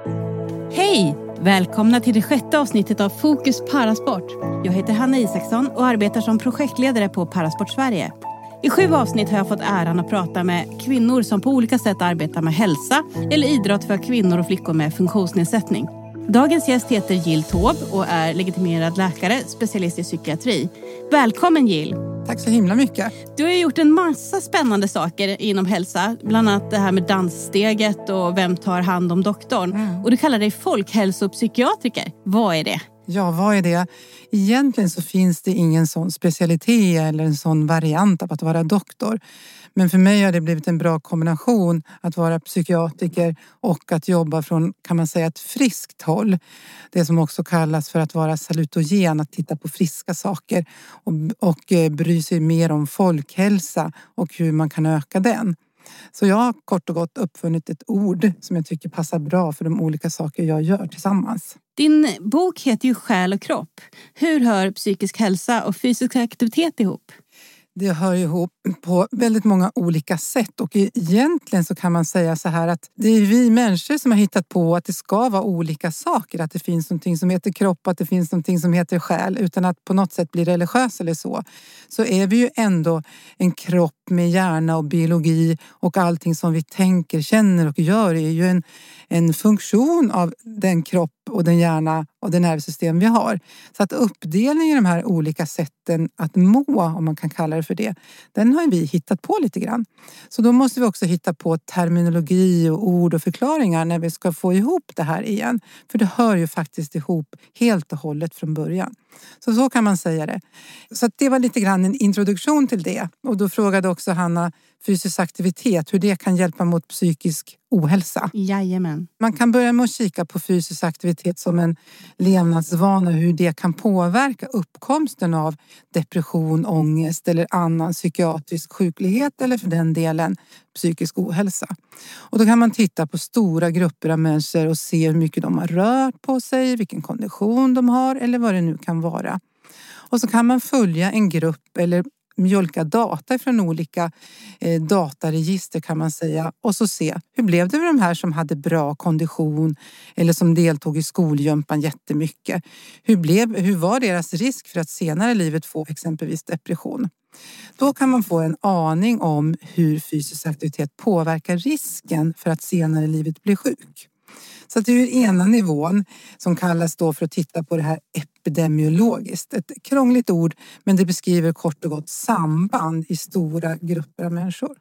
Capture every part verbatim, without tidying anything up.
Hej! Välkomna till det sjätte avsnittet av Fokus Parasport. Jag heter Hanna Isaksson och arbetar som projektledare på Parasport Sverige. I sju avsnitt har jag fått äran att prata med kvinnor som på olika sätt arbetar med hälsa eller idrott för kvinnor och flickor med funktionsnedsättning. Dagens gäst heter Jill Taube och är legitimerad läkare, specialist i psykiatri. Välkommen Jill! Tack så himla mycket. Du har gjort en massa spännande saker inom hälsa. Bland annat det här med danssteget och vem tar hand om doktorn. Mm. Och du kallar dig folkhälsopsykiatriker. Vad är det? Ja, vad är det? Egentligen så finns det ingen sån specialitet eller en sån variant av att vara doktor. Men för mig har det blivit en bra kombination att vara psykiatriker och att jobba från, kan man säga, ett friskt håll. Det som också kallas för att vara salutogen, att titta på friska saker och, och bry sig mer om folkhälsa och hur man kan öka den. Så jag har kort och gott uppfunnit ett ord som jag tycker passar bra för de olika saker jag gör tillsammans. Din bok heter ju Själ och kropp. Hur hör psykisk hälsa och fysisk aktivitet ihop? Det hör ihop på väldigt många olika sätt och egentligen så kan man säga så här att det är vi människor som har hittat på att det ska vara olika saker. Att det finns någonting som heter kropp, att det finns någonting som heter själ. Utan att på något sätt bli religiös eller så. Så är vi ju ändå en kropp med hjärna och biologi och allting som vi tänker, känner och gör är ju en, en funktion av den kropp och den hjärna och det nervsystem vi har. Så att uppdelningen i de här olika sätten att må, om man kan kalla det för det, den har vi hittat på lite grann. Så då måste vi också hitta på terminologi och ord och förklaringar när vi ska få ihop det här igen. För det hör ju faktiskt ihop helt och hållet från början. Så så kan man säga det. Så att det var lite grann en introduktion till det. Och då frågade också Hanna fysisk aktivitet, hur det kan hjälpa mot psykisk ohälsa. Jajamän. Man kan börja med att kika på fysisk aktivitet som en levnadsvana, hur det kan påverka uppkomsten av depression, ångest eller annan psykiatrisk sjuklighet eller för den delen psykisk ohälsa. Och då kan man titta på stora grupper av människor och se hur mycket de har rört på sig, vilken kondition de har eller vad det nu kan vara. Och så kan man följa en grupp eller mjölka data från olika eh, dataregister kan man säga och så se hur blev det med de här som hade bra kondition eller som deltog i skolgympan jättemycket. Hur, blev, hur var deras risk för att senare i livet få exempelvis depression? Då kan man få en aning om hur fysisk aktivitet påverkar risken för att senare i livet bli sjuk. Så det är ju ena nivån som kallas då för att titta på det här epidemiologiskt. Ett krångligt ord men det beskriver kort och gott samband i stora grupper av människor.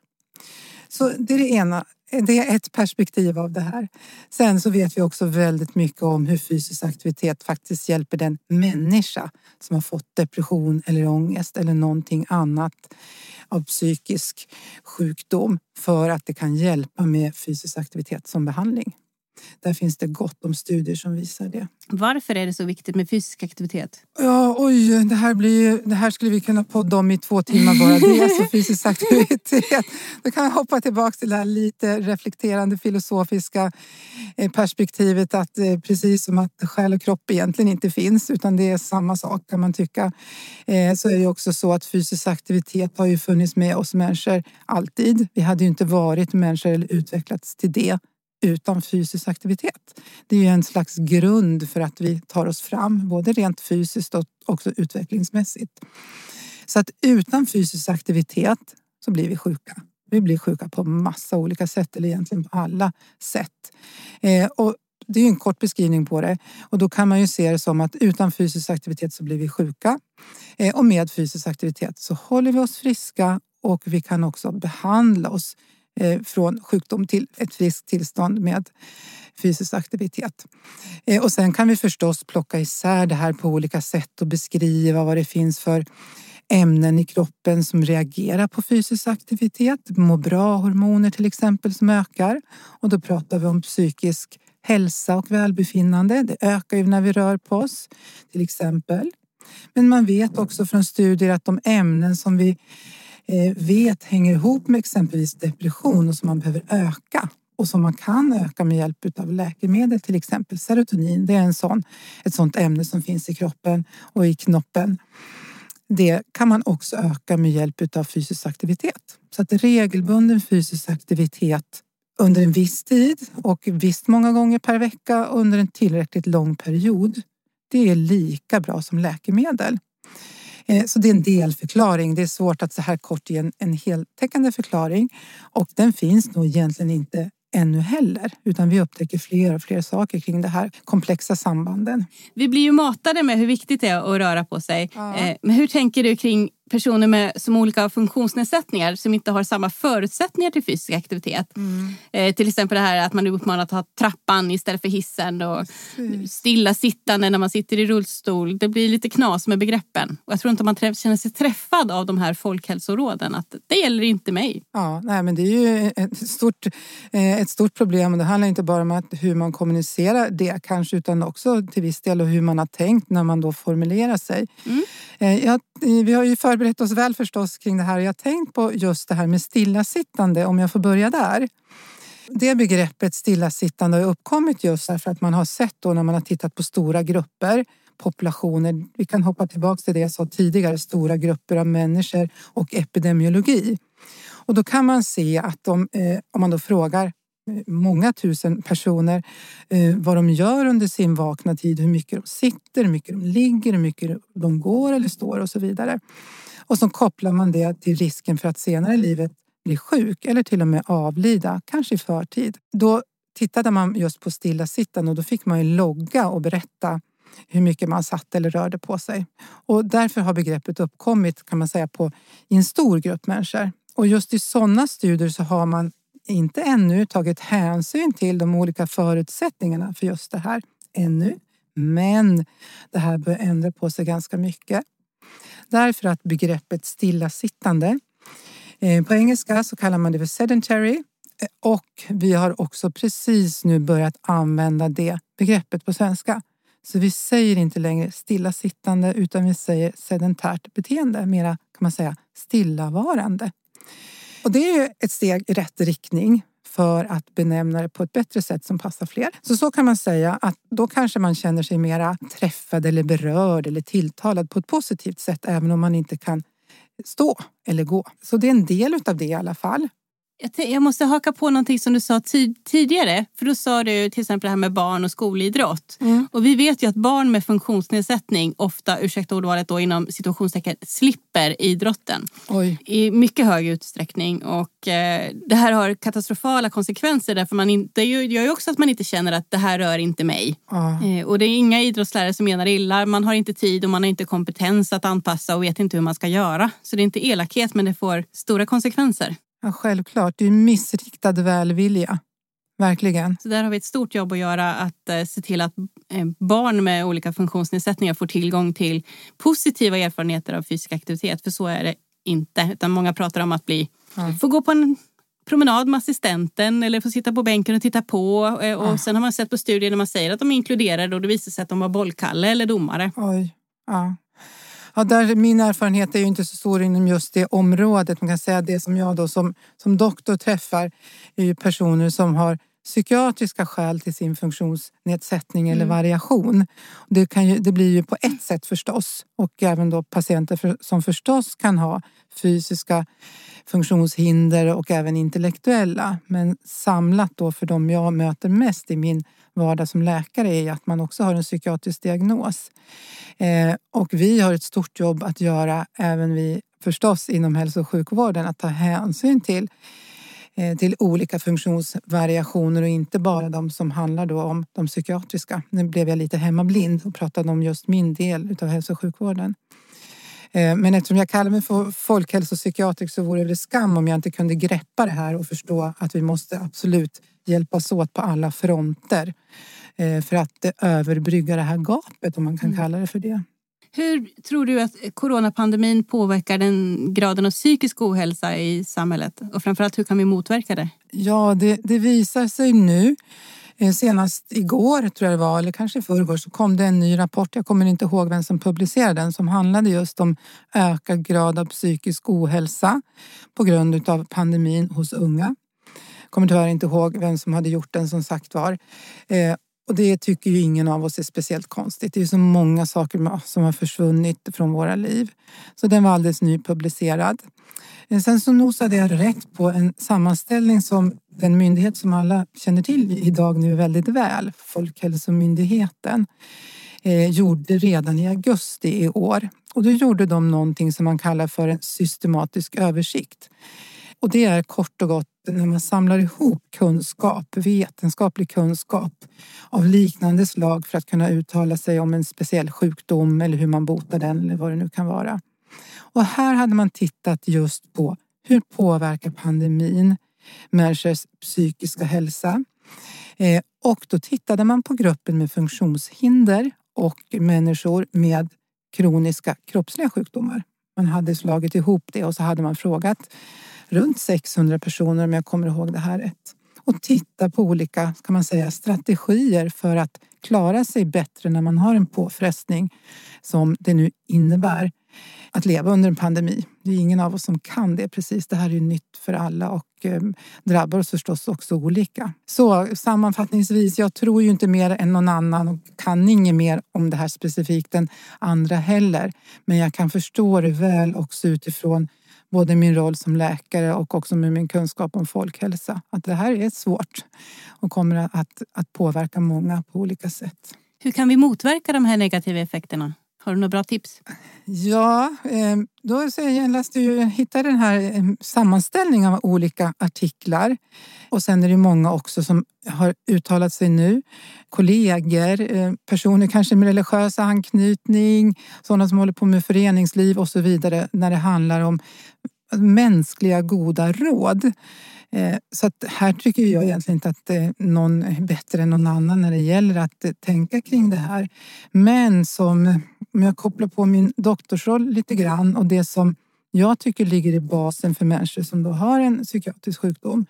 Så det är det ena. Det är ett perspektiv av det här. Sen så vet vi också väldigt mycket om hur fysisk aktivitet faktiskt hjälper den människa som har fått depression eller ångest eller någonting annat av psykisk sjukdom för att det kan hjälpa med fysisk aktivitet som behandling. Där finns det gott om studier som visar det. Varför är det så viktigt med fysisk aktivitet? Ja, oj, det här, blir, det här skulle vi kunna podda om i två timmar bara. Det är alltså fysisk aktivitet. Då kan jag hoppa tillbaka till det här lite reflekterande filosofiska perspektivet att precis som att själ och kropp egentligen inte finns utan det är samma sak kan man tycka. Så är det också så att fysisk aktivitet har ju funnits med oss människor alltid. Vi hade ju inte varit människor eller utvecklats till det utan fysisk aktivitet. Det är ju en slags grund för att vi tar oss fram, både rent fysiskt och också utvecklingsmässigt. Så att utan fysisk aktivitet så blir vi sjuka. Vi blir sjuka på massa olika sätt, eller egentligen på alla sätt. Eh, och det är ju en kort beskrivning på det. Och då kan man ju se det som att utan fysisk aktivitet så blir vi sjuka. Eh, och med fysisk aktivitet så håller vi oss friska och vi kan också behandla oss från sjukdom till ett friskt tillstånd med fysisk aktivitet. Och sen kan vi förstås plocka isär det här på olika sätt och beskriva vad det finns för ämnen i kroppen som reagerar på fysisk aktivitet. Må bra-hormoner till exempel som ökar. Och då pratar vi om psykisk hälsa och välbefinnande. Det ökar ju när vi rör på oss till exempel. Men man vet också från studier att de ämnen som vi vet hänger ihop med exempelvis depression och som man behöver öka och som man kan öka med hjälp av läkemedel, till exempel serotonin. Det är en sån, ett sånt ämne som finns i kroppen och i knoppen. Det kan man också öka med hjälp av fysisk aktivitet. Så att regelbunden fysisk aktivitet under en viss tid och visst många gånger per vecka under en tillräckligt lång period. Det är lika bra som läkemedel. Så det är en delförklaring. Det är svårt att så här kort ge en, en heltäckande förklaring. Och den finns nog egentligen inte ännu heller. Utan vi upptäcker fler och fler saker kring det här komplexa sambanden. Vi blir ju matade med hur viktigt det är att röra på sig. Ja. Men hur tänker du kring personer med som olika funktionsnedsättningar som inte har samma förutsättningar till fysisk aktivitet? Mm. Eh, till exempel det här att man är uppmanad att ha trappan istället för hissen och Precis. stilla sittande när man sitter i rullstol. Det blir lite knas med begreppen. Och jag tror inte man träff, känner sig träffad av de här folkhälsoråden. Att det gäller inte mig. Ja, nej, men det är ju ett stort, eh, ett stort problem. Och det handlar inte bara om att hur man kommunicerar det kanske, utan också till viss del hur man har tänkt när man då formulerar sig. Mm. Eh, jag, vi har ju förberett oss väl förstås kring det här. Jag har tänkt på just det här med stillasittande, om jag får börja där. Det begreppet stillasittande har uppkommit just därför att man har sett då när man har tittat på stora grupper, populationer. Vi kan hoppa tillbaka till det jag sa tidigare, stora grupper av människor och epidemiologi. Och då kan man se att de, eh, om man då frågar många tusen personer eh, vad de gör under sin vakna tid, hur mycket de sitter, hur mycket de ligger, hur mycket de går eller står och så vidare. Och så kopplar man det till risken för att senare i livet bli sjuk eller till och med avlida, kanske i förtid. Då tittade man just på stillasittande och då fick man ju logga och berätta hur mycket man satt eller rörde på sig. Och därför har begreppet uppkommit, kan man säga, på i en stor grupp människor. Och just i sådana studier så har man inte ännu tagit hänsyn till de olika förutsättningarna för just det här ännu. Men det här bör ändra på sig ganska mycket. Därför att begreppet stillasittande, eh, på engelska så kallar man det för sedentary. Och vi har också precis nu börjat använda det begreppet på svenska. Så vi säger inte längre stillasittande utan vi säger sedentärt beteende. Mera kan man säga stillavarande. Och det är ju ett steg i rätt riktning för att benämna det på ett bättre sätt som passar fler. Så så kan man säga att då kanske man känner sig mera träffad eller berörd eller tilltalad på ett positivt sätt även om man inte kan stå eller gå. Så det är en del av det i alla fall. Jag måste haka på någonting som du sa tid- tidigare. För då sa du till exempel det här med barn och skolidrott. Mm. Och vi vet ju att barn med funktionsnedsättning ofta, ursäkta ordvalet då, inom situationstecken slipper idrotten. Oj. I mycket hög utsträckning. Och eh, det här har katastrofala konsekvenser. Därför man inte, det gör ju också att man inte känner att det här rör inte mig. Ah. Eh, och det är inga idrottslärare som menar illa. Man har inte tid och man har inte kompetens att anpassa och vet inte hur man ska göra. Så det är inte elakhet men det får stora konsekvenser. Ja, självklart. Det är missriktad välvilja. Verkligen. Så där har vi ett stort jobb att göra att eh, se till att eh, barn med olika funktionsnedsättningar får tillgång till positiva erfarenheter av fysisk aktivitet. För så är det inte. Utan många pratar om att bli, ja. få gå på en promenad med assistenten eller få sitta på bänken och titta på. Eh, och ja. Sen har man sett på studier när man säger att de är inkluderade och det visar sig att de var bollkalle eller domare. Oj, ja. Ja, där, min erfarenhet är ju inte så stor inom just det området. Man kan säga att det som jag då som, som doktor träffar är ju personer som har psykiatriska skäl till sin funktionsnedsättning eller mm. variation. Det, kan ju, det blir ju på ett sätt förstås. Och även då patienter för, som förstås kan ha fysiska funktionshinder och även intellektuella. Men samlat då för de jag möter mest i min vardag som läkare är att man också har en psykiatrisk diagnos. Eh, och vi har ett stort jobb att göra även vi förstås inom hälso- och sjukvården att ta hänsyn till till olika funktionsvariationer och inte bara de som handlar då om de psykiatriska. Nu blev jag lite hemmablind och pratade om just min del av hälso- och sjukvården. Men eftersom jag kallar mig för folkhälsopsykiatriker så vore det skam om jag inte kunde greppa det här och förstå att vi måste absolut hjälpas åt på alla fronter för att överbrygga det här gapet, om man kan kalla det för det. Hur tror du att coronapandemin påverkar den graden av psykisk ohälsa i samhället? Och framförallt, hur kan vi motverka det? Ja, det, det visar sig nu. Senast igår, tror jag det var, eller kanske förrgår, så kom det en ny rapport. Jag kommer inte ihåg vem som publicerade den, som handlade just om ökad grad av psykisk ohälsa på grund av pandemin hos unga. Jag kommer tyvärr inte ihåg vem som hade gjort den, som sagt var. Och det tycker ju ingen av oss är speciellt konstigt. Det är ju så många saker som har försvunnit från våra liv. Så den var alldeles nypublicerad. Sen så nosade jag rätt på en sammanställning som den myndighet som alla känner till idag nu väldigt väl, Folkhälsomyndigheten, eh, gjorde redan i augusti i år. Och då gjorde de någonting som man kallar för en systematisk översikt. Och det är kort och gott när man samlar ihop kunskap, vetenskaplig kunskap av liknande slag för att kunna uttala sig om en speciell sjukdom eller hur man botar den eller vad det nu kan vara. Och här hade man tittat just på hur påverkar pandemin människors psykiska hälsa. Eh, och då tittade man på gruppen med funktionshinder och människor med kroniska kroppsliga sjukdomar. Man hade slagit ihop det och så hade man frågat runt sexhundra personer, om jag kommer ihåg det här rätt. Och titta på olika, kan man säga, strategier för att klara sig bättre när man har en påfrestning som det nu innebär att leva under en pandemi. Det är ingen av oss som kan det precis. Det här är ju nytt för alla och eh, drabbar oss förstås också olika. Så sammanfattningsvis, jag tror ju inte mer än någon annan och kan inget mer om det här specifikt än andra heller. Men jag kan förstå det väl också utifrån både min roll som läkare och också med min kunskap om folkhälsa. Att det här är svårt och kommer att, att påverka många på olika sätt. Hur kan vi motverka de här negativa effekterna? Har du några bra tips? Ja, då jag läste ju, hittade den här sammanställningen av olika artiklar. Och sen är det många också som har uttalat sig nu. Kollegor, personer kanske med religiös anknytning, sådana som håller på med föreningsliv och så vidare. När det handlar om mänskliga goda råd. Så att här tycker jag egentligen inte att någon är bättre än någon annan när det gäller att tänka kring det här. Men som, om jag kopplar på min doktorsroll lite grann och det som jag tycker ligger i basen för människor som då har en psykiatrisk sjukdom.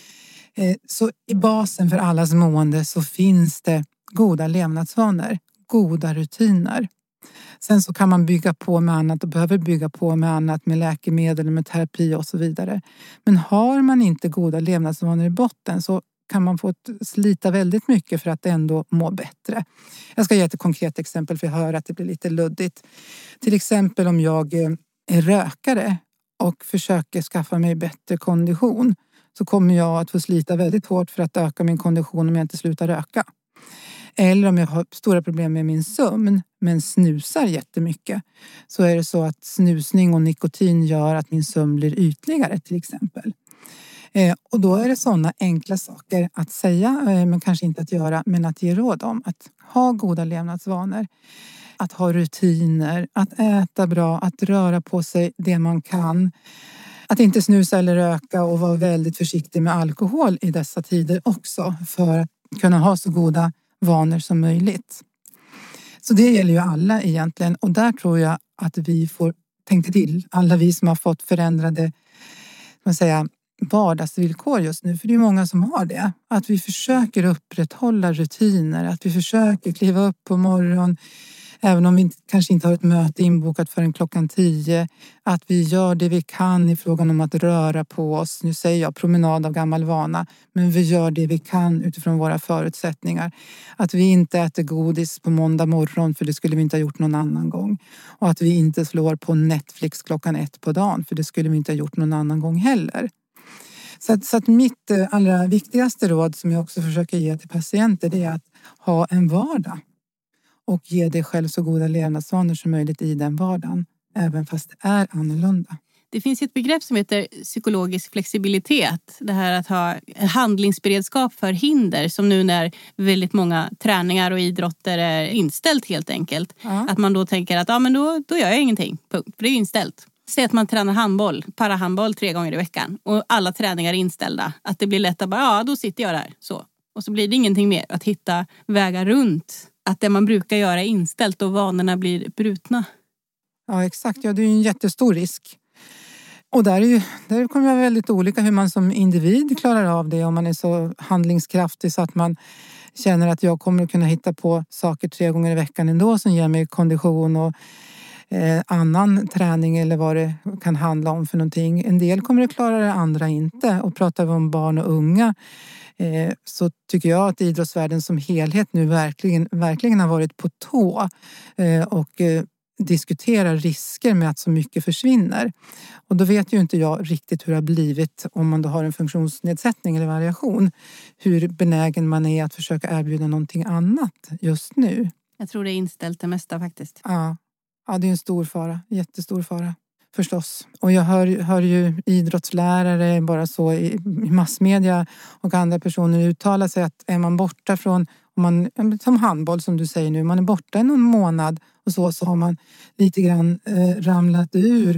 Så i basen för allas mående så finns det goda levnadsvanor, goda rutiner. Sen så kan man bygga på med annat och behöver bygga på med annat med läkemedel, med terapi och så vidare. Men har man inte goda levnadsvanor i botten så kan man få slita väldigt mycket för att ändå må bättre. Jag ska ge ett konkret exempel för jag hör att det blir lite luddigt. Till exempel om jag är rökare och försöker skaffa mig bättre kondition så kommer jag att få slita väldigt hårt för att öka min kondition om jag inte slutar röka. Eller om jag har stora problem med min sömn men snusar jättemycket så är det så att snusning och nikotin gör att min sömn blir ytligare till exempel. Eh, och då är det sådana enkla saker att säga eh, men kanske inte att göra men att ge råd om. Att ha goda levnadsvanor, att ha rutiner, att äta bra, att röra på sig det man kan. Att inte snusa eller röka och vara väldigt försiktig med alkohol i dessa tider också för att kunna ha så goda vanor som möjligt. Så det gäller ju alla egentligen och där tror jag att vi får tänka till. Alla vi som har fått förändrade man säga, vardagsvillkor just nu, för det är många som har det. Att vi försöker upprätthålla rutiner, att vi försöker kliva upp på morgonen även om vi kanske inte har ett möte inbokat förrän klockan tio. Att vi gör det vi kan i frågan om att röra på oss. Nu säger jag promenad av gammal vana. Men vi gör det vi kan utifrån våra förutsättningar. Att vi inte äter godis på måndag morgon för det skulle vi inte ha gjort någon annan gång. Och att vi inte slår på Netflix klockan ett på dagen för det skulle vi inte ha gjort någon annan gång heller. Så att, så att mitt allra viktigaste råd som jag också försöker ge till patienter det är att ha en vardag. Och ge dig själv så goda levnadsvanor som möjligt i den vardagen. Även fast det är annorlunda. Det finns ett begrepp som heter psykologisk flexibilitet. Det här att ha handlingsberedskap för hinder. Som nu när väldigt många träningar och idrotter är inställt helt enkelt. Ja. Att man då tänker att ja, men då, då gör jag ingenting. Punkt. För det är inställt. Säg att man tränar handboll, parahandboll tre gånger i veckan. Och alla träningar är inställda. Att det blir lätt att bara, ja då sitter jag där. Så. Och så blir det ingenting mer. Att hitta vägar runt. Att det man brukar göra är inställt och vanorna blir brutna. Ja, exakt. Ja, det är ju en jättestor risk. Och där, är ju, där kommer det vara väldigt olika hur man som individ klarar av det. Om man är så handlingskraftig så att man känner att jag kommer att kunna hitta på saker tre gånger i veckan ändå som ger mig kondition och eh, annan träning eller vad det kan handla om för någonting. En del kommer att klara det, andra inte. Och pratar vi om barn och unga eh, så tycker jag att idrottsvärlden som helhet nu verkligen, verkligen har varit på tå. Eh, och eh, diskuterar risker med att så mycket försvinner. Och då vet ju inte jag riktigt hur det har blivit om man då har en funktionsnedsättning eller variation. Hur benägen man är att försöka erbjuda någonting annat just nu. Jag tror det är inställt det mesta faktiskt. Ja, ja det är en stor fara, jättestor fara. Förstås. Och jag hör, hör ju idrottslärare bara så i, i massmedia och andra personer uttala sig att är man borta från, om man, som handboll som du säger nu, man är borta i någon månad och så, så har man lite grann eh, ramlat ur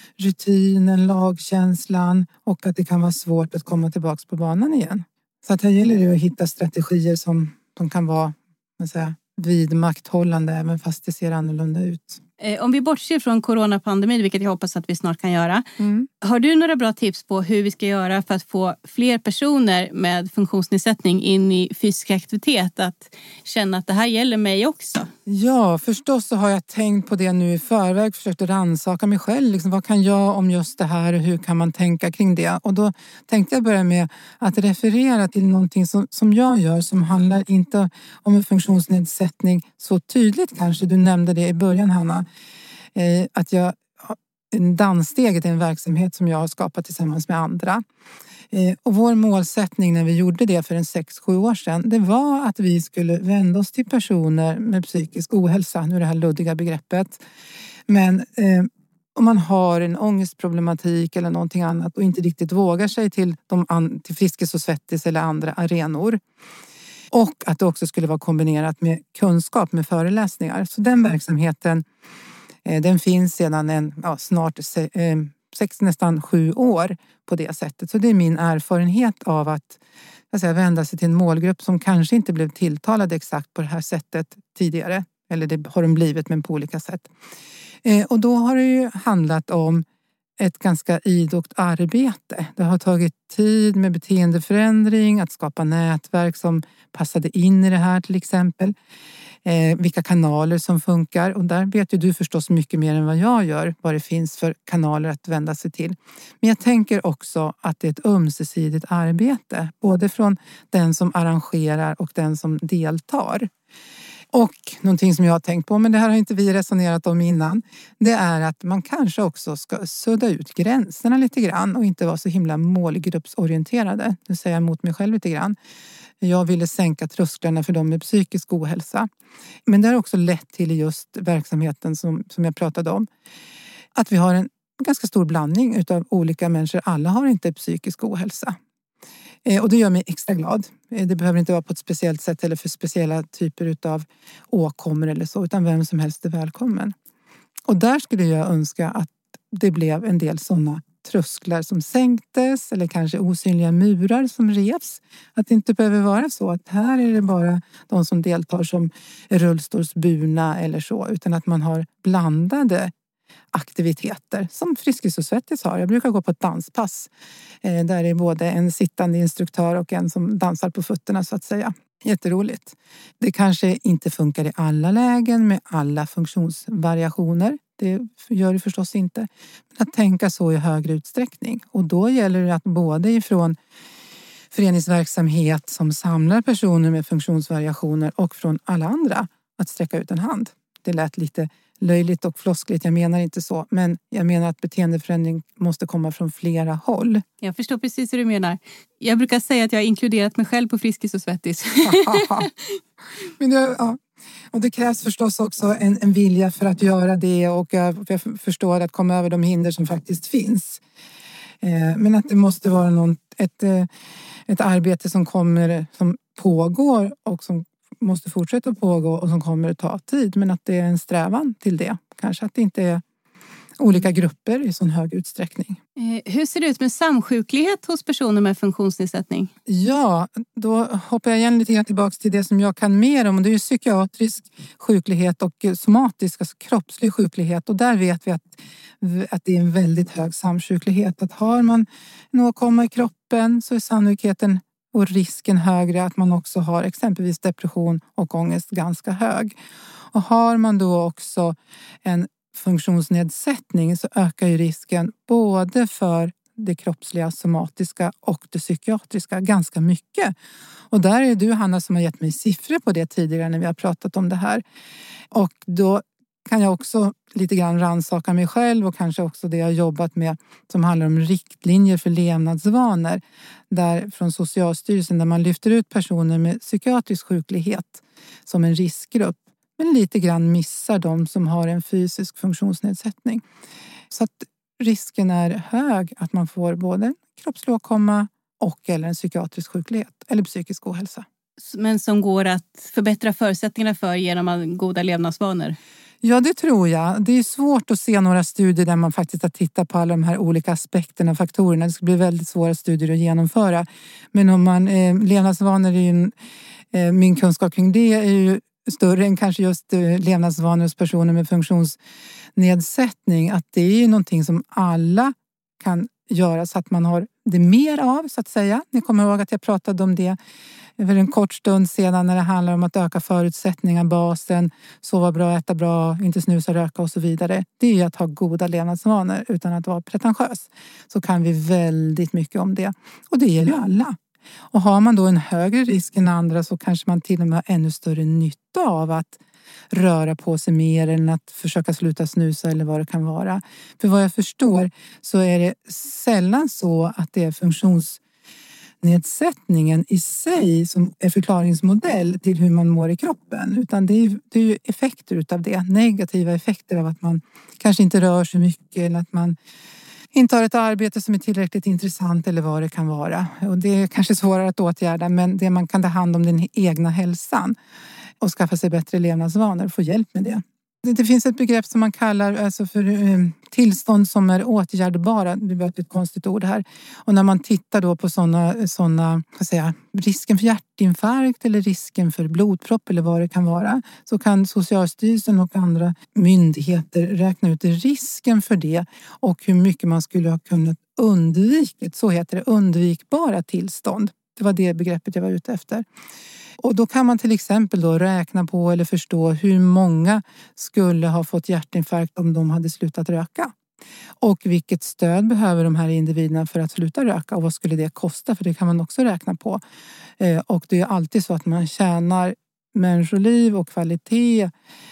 rutinen, lagkänslan och att det kan vara svårt att komma tillbaka på banan igen. Så att här gäller det att hitta strategier som, som kan vara vad säger jag, vidmakthållande även fast det ser annorlunda ut. Om vi bortser från coronapandemin, vilket jag hoppas att vi snart kan göra. Mm. Har du några bra tips på hur vi ska göra för att få fler personer med funktionsnedsättning in i fysisk aktivitet? Att känna att det här gäller mig också. Ja, förstås så har jag tänkt på det nu i förväg. Försökt rannsaka mig själv. Liksom, vad kan jag om just det här och hur kan man tänka kring det? Och då tänkte jag börja med att referera till någonting som, som jag gör som handlar inte om en funktionsnedsättning så tydligt kanske. Du nämnde det i början, Hanna. Eh, att jag, Danssteget är en verksamhet som jag har skapat tillsammans med andra. Eh, och vår målsättning när vi gjorde det för en sex sju år sedan, det var att vi skulle vända oss till personer med psykisk ohälsa, nu är det här luddiga begreppet. Men eh, om man har en ångestproblematik eller någonting annat och inte riktigt vågar sig till, de, till Friskis och Svettis eller andra arenor. Och att det också skulle vara kombinerat med kunskap med föreläsningar. Så den verksamheten, den finns sedan en, ja, snart sex, nästan sju år på det sättet. Så det är min erfarenhet av att jag säger, vända sig till en målgrupp som kanske inte blev tilltalad exakt på det här sättet tidigare. Eller det har de blivit, men på olika sätt. Och då har det ju handlat om ett ganska idogt arbete. Det har tagit tid med beteendeförändring, att skapa nätverk som passade in i det här till exempel. Eh, vilka kanaler som funkar. Och där vet ju du förstås mycket mer än vad jag gör. Vad det finns för kanaler att vända sig till. Men jag tänker också att det är ett ömsesidigt arbete. Både från den som arrangerar och den som deltar. Och någonting som jag har tänkt på, men det här har inte vi resonerat om innan, det är att man kanske också ska sudda ut gränserna lite grann och inte vara så himla målgruppsorienterade. Nu säger jag emot mig själv lite grann. Jag ville sänka trösklarna för dem med psykisk ohälsa. Men det har också lett till just verksamheten som, som jag pratade om. Att vi har en ganska stor blandning utav olika människor. Alla har inte psykisk ohälsa. Och det gör mig extra glad. Det behöver inte vara på ett speciellt sätt eller för speciella typer av åkommor eller så. Utan vem som helst är välkommen. Och där skulle jag önska att det blev en del sådana trösklar som sänktes. Eller kanske osynliga murar som revs. Att det inte behöver vara så att här är det bara de som deltar som är rullstolsburna eller så. Utan att man har blandade aktiviteter som Friskis och Svettis har. Jag brukar gå på ett danspass eh, där det är både en sittande instruktör och en som dansar på fötterna så att säga. Jätteroligt. Det kanske inte funkar i alla lägen med alla funktionsvariationer. Det gör det förstås inte. Men att tänka så i högre utsträckning. Och då gäller det att både ifrån föreningsverksamhet som samlar personer med funktionsvariationer och från alla andra att sträcka ut en hand. Det lät lite löjligt och floskligt, jag menar inte så. Men jag menar att beteendeförändring måste komma från flera håll. Jag förstår precis hur du menar. Jag brukar säga att jag har inkluderat mig själv på Friskis och Svettis. Men det, ja. Och det krävs förstås också en, en vilja för att göra det. Och jag, jag förstår att komma över de hinder som faktiskt finns. Eh, men att det måste vara någon, ett, ett arbete som, kommer, som pågår och som måste fortsätta pågå och som kommer att ta tid. Men att det är en strävan till det. Kanske att det inte är olika grupper i sån hög utsträckning. Eh, hur ser det ut med samsjuklighet hos personer med funktionsnedsättning? Ja, då hoppar jag igen lite grann tillbaka till det som jag kan mer om. Det är ju psykiatrisk sjuklighet och somatisk, alltså kroppslig sjuklighet. Och där vet vi att, att det är en väldigt hög samsjuklighet. Att har man en åkomma i kroppen så är sannolikheten och risken högre att man också har exempelvis depression och ångest ganska hög. Och har man då också en funktionsnedsättning så ökar ju risken både för det kroppsliga, somatiska och det psykiatriska ganska mycket. Och där är du, Hanna, som har gett mig siffror på det tidigare när vi har pratat om det här. Och då kan jag också lite grann rannsaka mig själv och kanske också det jag har jobbat med som handlar om riktlinjer för levnadsvanor. Där från Socialstyrelsen där man lyfter ut personer med psykiatrisk sjuklighet som en riskgrupp. Men lite grann missar de som har en fysisk funktionsnedsättning. Så att risken är hög att man får både kroppslig åkomma och eller en psykiatrisk sjuklighet eller psykisk ohälsa. Men som går att förbättra förutsättningarna för genom goda levnadsvanor? Ja, det tror jag. Det är svårt att se några studier där man faktiskt har tittat på alla de här olika aspekterna och faktorerna. Det ska bli väldigt svåra studier att genomföra. Men om man, eh, levnadsvanor är ju, eh, min kunskap kring det är ju större än kanske just eh, levnadsvanor hos personer med funktionsnedsättning. Att det är ju någonting som alla kan göra så att man har det mer av, så att säga. Ni kommer ihåg att jag pratade om det för en kort stund sedan när det handlar om att öka förutsättningar, basen, sova bra, äta bra, inte snusa, röka och så vidare. Det är ju att ha goda levnadsvanor utan att vara pretentiös. Så kan vi väldigt mycket om det. Och det gäller ju alla. Och har man då en högre risk än andra så kanske man till och med har ännu större nytta av att röra på sig mer än att försöka sluta snusa eller vad det kan vara. För vad jag förstår så är det sällan så att det är funktionsnedsättningen i sig som är förklaringsmodell till hur man mår i kroppen. Utan det är, det är ju effekter utav det. Negativa effekter av att man kanske inte rör sig mycket eller att man inte har ett arbete som är tillräckligt intressant eller vad det kan vara. Och det är kanske svårare att åtgärda, men det man kan ta hand om den egna hälsan och skaffa sig bättre levnadsvanor och få hjälp med det. Det finns ett begrepp som man kallar alltså för eh, tillstånd som är åtgärdbara. Det var ett konstigt ord här. Och när man tittar då på sådana, sådana vad säger jag, risken för hjärtinfarkt eller risken för blodpropp eller vad det kan vara, så kan Socialstyrelsen och andra myndigheter räkna ut risken för det och hur mycket man skulle ha kunnat undvika. Så heter det, undvikbara tillstånd. Det var det begreppet jag var ute efter. Och då kan man till exempel då räkna på eller förstå hur många skulle ha fått hjärtinfarkt om de hade slutat röka. Och vilket stöd behöver de här individerna för att sluta röka och vad skulle det kosta, för det kan man också räkna på. Och det är alltid så att man tjänar människoliv och kvalitet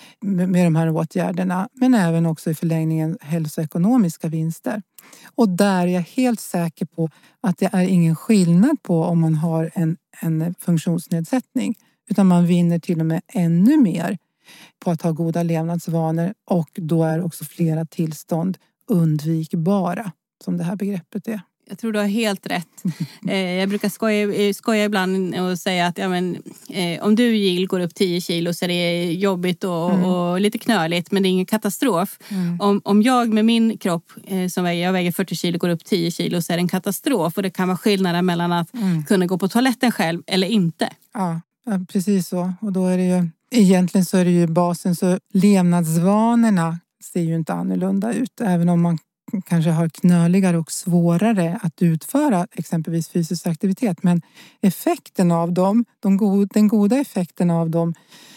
med de här åtgärderna, men även också i förlängningen hälsoekonomiska vinster. Och där är jag helt säker på att det är ingen skillnad på om man har en, en funktionsnedsättning, utan man vinner till och med ännu mer på att ha goda levnadsvanor, och då är också flera tillstånd undvikbara, som det här begreppet är. Jag tror du har helt rätt. Eh, jag brukar skoja, skoja ibland och säga att ja, men, eh, om du, Jill, går upp tio kilo så är det jobbigt och, mm. och lite knöligt, men det är ingen katastrof. Mm. Om, om jag med min kropp, eh, som väger, jag väger fyrtio kilo, går upp tio kilo så är det en katastrof. Och det kan vara skillnaden mellan att mm. kunna gå på toaletten själv eller inte. Ja, precis så. Och då är det ju, egentligen så är det ju basen, så levnadsvanorna ser ju inte annorlunda ut, även om man kanske har knöligare och svårare att utföra exempelvis fysisk aktivitet. Men effekten av dem, de go- den goda effekten av dem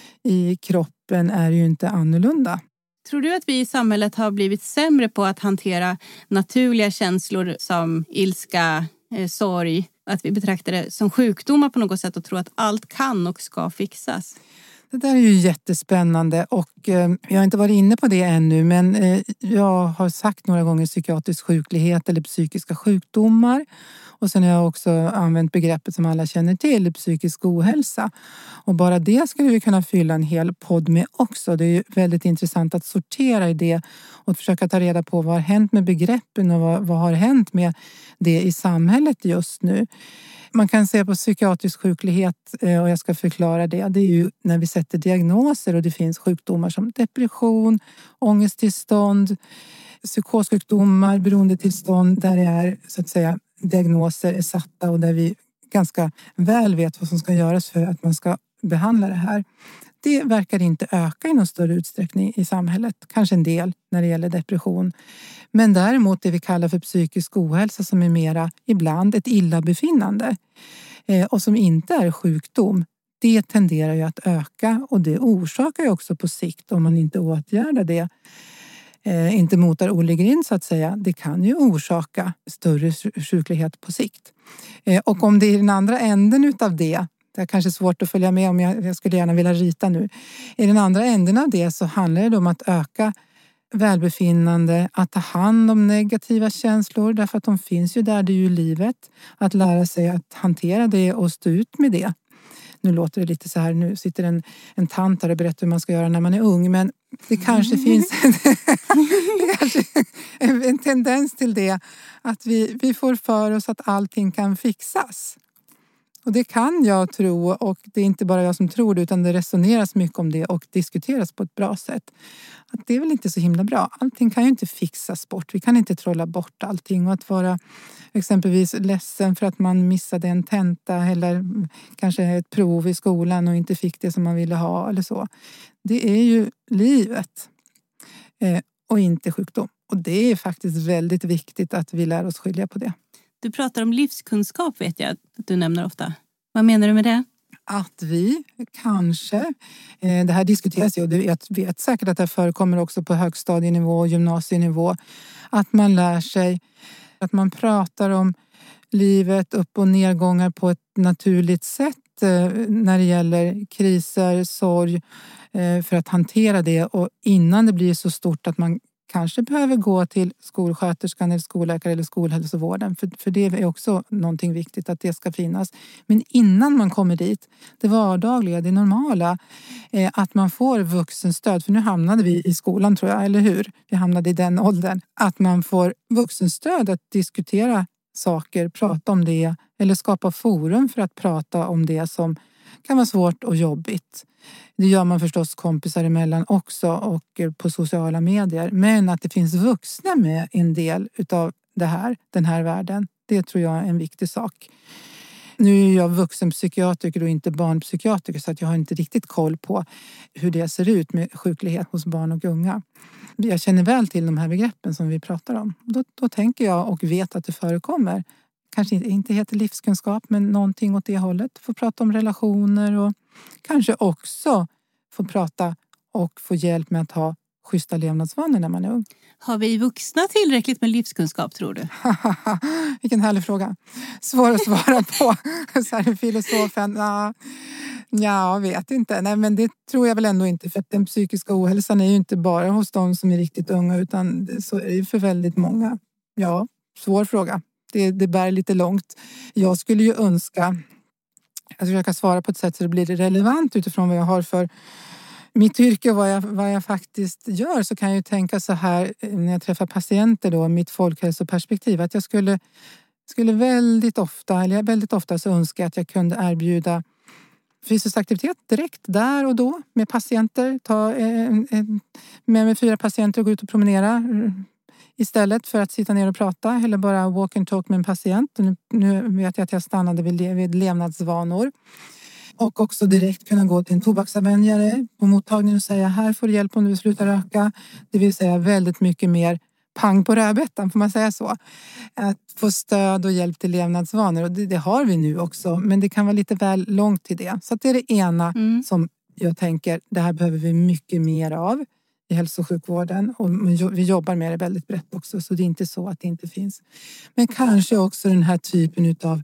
i kroppen är ju inte annorlunda. Tror du att vi i samhället har blivit sämre på att hantera naturliga känslor som ilska, eh, sorg? Att vi betraktar det som sjukdomar på något sätt och tror att allt kan och ska fixas? Det där är ju jättespännande, och eh, jag har inte varit inne på det ännu, men eh, jag har sagt några gånger psykiatrisk sjuklighet eller psykiska sjukdomar. Och sen har jag också använt begreppet som alla känner till, psykisk ohälsa. Och bara det skulle vi kunna fylla en hel podd med också. Det är ju väldigt intressant att sortera i det och försöka ta reda på vad har hänt med begreppen och vad, vad har hänt med det i samhället just nu. Man kan se på psykiatrisk sjuklighet, och jag ska förklara det. Det är ju när vi sätter diagnoser och det finns sjukdomar som depression, ångesttillstånd, psykossjukdomar, beroendetillstånd, där det är så att säga diagnoser är satta och där vi ganska väl vet vad som ska göras för att man ska behandla det här. Det verkar inte öka i någon större utsträckning i samhället. Kanske en del när det gäller depression. Men däremot det vi kallar för psykisk ohälsa, som är mera ibland ett illabefinnande eh, och som inte är sjukdom, det tenderar ju att öka, och det orsakar ju också på sikt, om man inte åtgärdar det, eh, inte motar Olle Grind så att säga, det kan ju orsaka större sjuklighet på sikt. Eh, och om det är den andra änden utav det, Det är kanske svårt att följa med om jag, jag skulle gärna vilja rita nu. I den andra änden av det så handlar det om att öka välbefinnande, att ta hand om negativa känslor därför att de finns ju där, det är ju livet. Att lära sig att hantera det och stå ut med det. Nu låter det lite så här, nu sitter en, en tant här och berättar hur man ska göra när man är ung, men det kanske mm. finns en, det kanske en, en tendens till det, att vi, vi får för oss att allting kan fixas. Och det kan jag tro, och det är inte bara jag som tror det, utan det resoneras mycket om det och diskuteras på ett bra sätt. Att det är väl inte så himla bra. Allting kan ju inte fixas bort. Vi kan inte trolla bort allting. Och att vara exempelvis ledsen för att man missade en tenta eller kanske ett prov i skolan och inte fick det som man ville ha eller så. Det är ju livet eh, och inte sjukdom. Och det är faktiskt väldigt viktigt att vi lär oss skilja på det. Du pratar om livskunskap, vet jag att du nämner ofta. Vad menar du med det? Att vi kanske, eh, det här diskuteras ju och jag vet säkert att det förekommer också på högstadienivå och gymnasienivå. Att man lär sig, att man pratar om livet, upp- och nedgångar på ett naturligt sätt eh, när det gäller kriser, sorg, eh, för att hantera det. Och innan det blir så stort att man kanske behöver gå till skolsköterskan eller skolläkare eller skolhälsovården. För, för det är också någonting viktigt att det ska finnas. Men innan man kommer dit, det vardagliga, det normala, eh, att man får vuxenstöd. För nu hamnade vi i skolan, tror jag, eller hur? Vi hamnade i den åldern. Att man får vuxenstöd att diskutera saker, prata om det. Eller skapa forum för att prata om det som kan vara svårt och jobbigt. Det gör man förstås kompisar emellan också och på sociala medier. Men att det finns vuxna med en del utav det här, den här världen, det tror jag är en viktig sak. Nu är jag vuxenpsykiatriker och inte barnpsykiatriker, så att jag har inte riktigt koll på hur det ser ut med sjuklighet hos barn och unga. Jag känner väl till de här begreppen som vi pratar om. Då, då tänker jag och vet att det förekommer. Kanske inte heter livskunskap, men någonting åt det hållet. Få prata om relationer och kanske också få prata och få hjälp med att ha schyssta levnadsvanor när man är ung. Har vi vuxna tillräckligt med livskunskap, tror du? Vilken härlig fråga. Svår att svara på. Så här, filosofen. Ja, jag vet inte. Nej, men det tror jag väl ändå inte. För att den psykiska ohälsan är ju inte bara hos de som är riktigt unga, utan så är det ju för väldigt många. Ja, svår fråga. Det, det bär lite långt. Jag skulle ju önska att försöka svara på ett sätt så det blir relevant utifrån vad jag har för mitt yrke och vad jag, vad jag faktiskt gör. Så kan jag ju tänka så här när jag träffar patienter då, mitt folkhälsoperspektiv, att jag skulle, skulle väldigt ofta, eller väldigt ofta så önskar jag att jag kunde erbjuda fysisk aktivitet direkt där och då med patienter. Ta en, en, med mig fyra patienter och gå ut och promenera istället för att sitta ner och prata eller bara walk and talk med en patient. Nu, nu vet jag att jag stannade vid, vid levnadsvanor. Och också direkt kunna gå till en tobaksavvänjare på mottagningen och säga här får du hjälp om du vill sluta röka. Det vill säga väldigt mycket mer pang på rödbetan, får man säga så. Att få stöd och hjälp till levnadsvanor. Och det, det har vi nu också, men det kan vara lite väl långt till det. Så att det är det ena mm. som jag tänker, det här behöver vi mycket mer av i hälso- och sjukvården. Och vi jobbar med det väldigt brett också, så det är inte så att det inte finns. Men kanske också den här typen av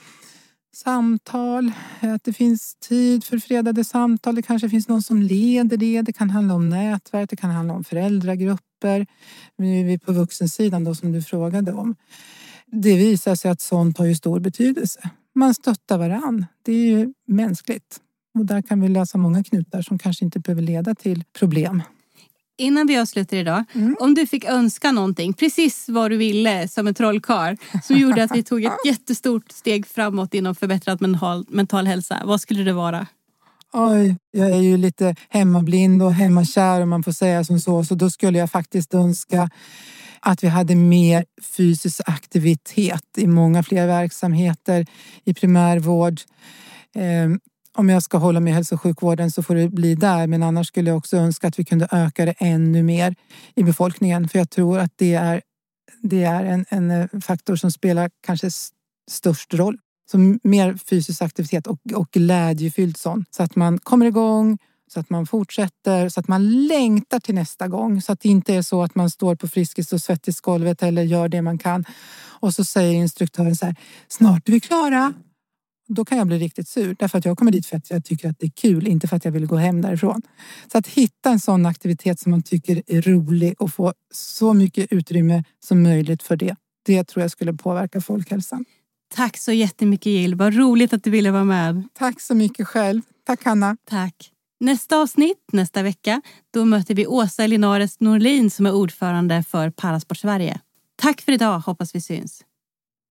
samtal, att det finns tid för fredade samtal. Det kanske finns någon som leder det. Det kan handla om nätverk, det kan handla om föräldragrupper. Nu är vi på vuxensidan då som du frågade om. Det visar sig att sånt har ju stor betydelse. Man stöttar varann. Det är ju mänskligt. Och där kan vi lösa många knutar som kanske inte behöver leda till problem. Innan vi avslutar idag, mm. om du fick önska någonting, precis vad du ville som en trollkarl, som gjorde att vi tog ett jättestort steg framåt inom förbättrad mental, mental hälsa, vad skulle det vara? Oj, jag är ju lite hemmablind och hemmakär om man får säga som så, så då skulle jag faktiskt önska att vi hade mer fysisk aktivitet i många fler verksamheter i primärvård. Eh, Om jag ska hålla med hälso- och sjukvården så får det bli där. Men annars skulle jag också önska att vi kunde öka det ännu mer i befolkningen. För jag tror att det är, det är en, en faktor som spelar kanske störst roll. Så mer fysisk aktivitet och, och glädjefylld sån. Så att man kommer igång, så att man fortsätter, så att man längtar till nästa gång. Så att det inte är så att man står på Friskis och Svettisgolvet eller gör det man kan. Och så säger instruktören så här, snart är vi klara. Då kan jag bli riktigt sur. Därför att jag kommer dit för att jag tycker att det är kul. Inte för att jag vill gå hem därifrån. Så att hitta en sån aktivitet som man tycker är rolig. Och få så mycket utrymme som möjligt för det. Det tror jag skulle påverka folkhälsan. Tack så jättemycket Jill. Vad roligt att du ville vara med. Tack så mycket själv. Tack Hanna. Tack. Nästa avsnitt, nästa vecka, då möter vi Åsa Linares Norlin som är ordförande för Parasport Sverige. Tack för idag, hoppas vi syns.